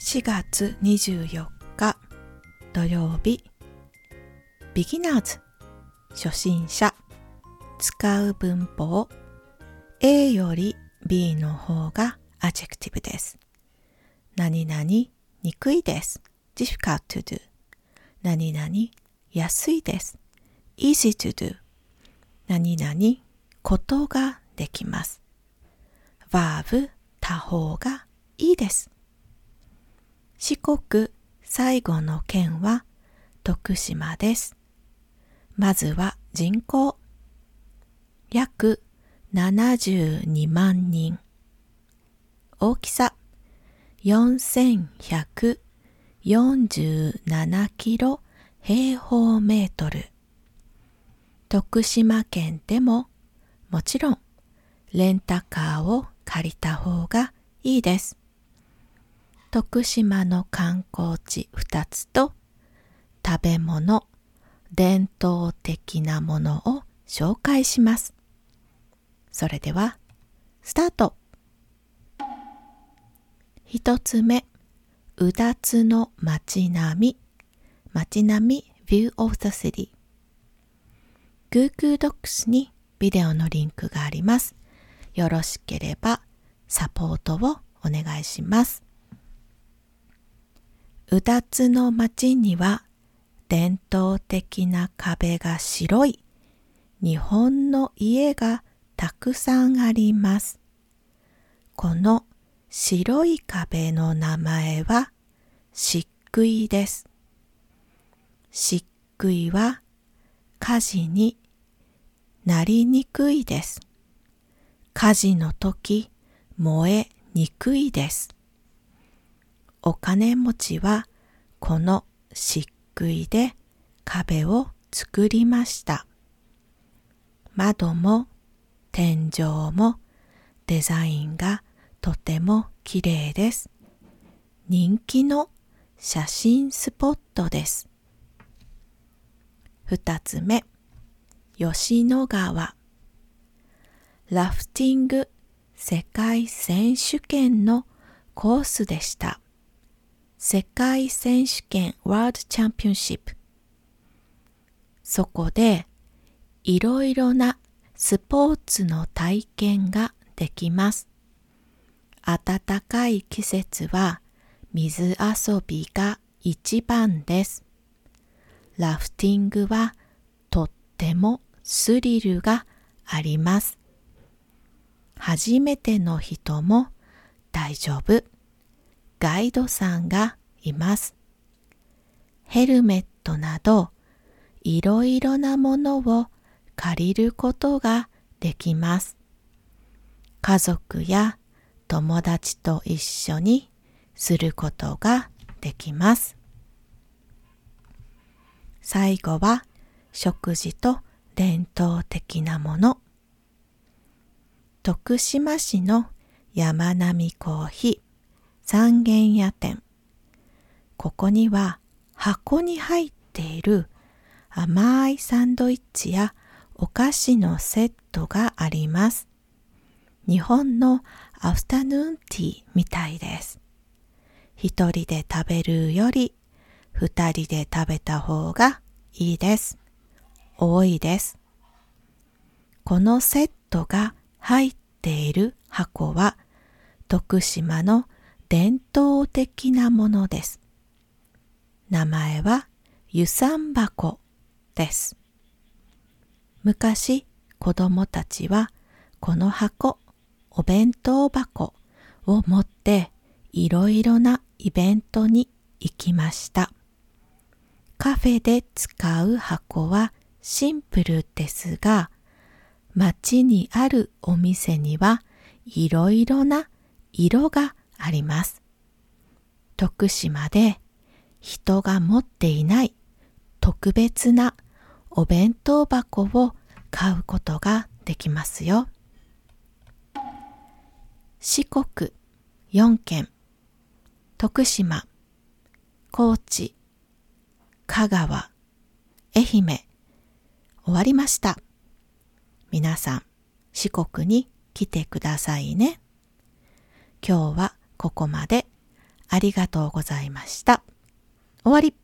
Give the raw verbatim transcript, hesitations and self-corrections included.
しがつにじゅうよっか土曜日、ビギナーズ初心者。使う文法 A より B の方がアジェクティブです。何々にくいです。difficult to do。何々安いです。easy to do。何々ことができます。verb 他方がいいです。四国最後の県は徳島です。まずは人口。約ななじゅうにまんにん。大きさよんせんひゃくよんじゅうななキロ平方メートル。徳島県でももちろんレンタカーを借りた方がいいです。徳島の観光地ふたつと食べ物、伝統的なものを紹介します。それではスタート。一つ目、うだつの街並み。街並み View of the City。Google Docs にビデオのリンクがあります。よろしければサポートをお願いします。うだつの街には伝統的な壁が白い日本の家がたくさんあります。この白い壁の名前は漆喰です。漆喰は火事になりにくいです。火事の時燃えにくいです。お金持ちはこの漆喰で壁を作りました。窓も天井もデザインがとてもきれいです。人気の写真スポットです。二つ目、吉野川。ラフティング世界選手権のコースでした。世界選手権 World Championship。そこでいろいろなスポーツの体験ができます。暖かい季節は水遊びが一番です。ラフティングはとってもスリルがあります。初めての人も大丈夫。ガイドさんがいます。ヘルメットなどいろいろなものを借りることができます。家族や友達と一緒にすることができます。最後は食事と伝統的なもの。徳島市の山並コーヒー三軒屋店。ここには箱に入っている甘いサンドイッチやお菓子のセットがあります。日本のアフタヌーンティーみたいです。一人で食べるより二人で食べた方がいいです。多いです。このセットが入っている箱は徳島の伝統的なものです。名前は湯散箱です。昔子供たちはこの箱、お弁当箱を持っていろいろなイベントに行きました。カフェで使う箱はシンプルですが、街にあるお店にはいろいろな色があります。徳島で人が持っていない特別なお弁当箱を買うことができますよ。四国よんけん、徳島、高知、香川、愛媛、終わりました。皆さん、四国に来てくださいね。今日はここまで。 ありがとうございました。終わり。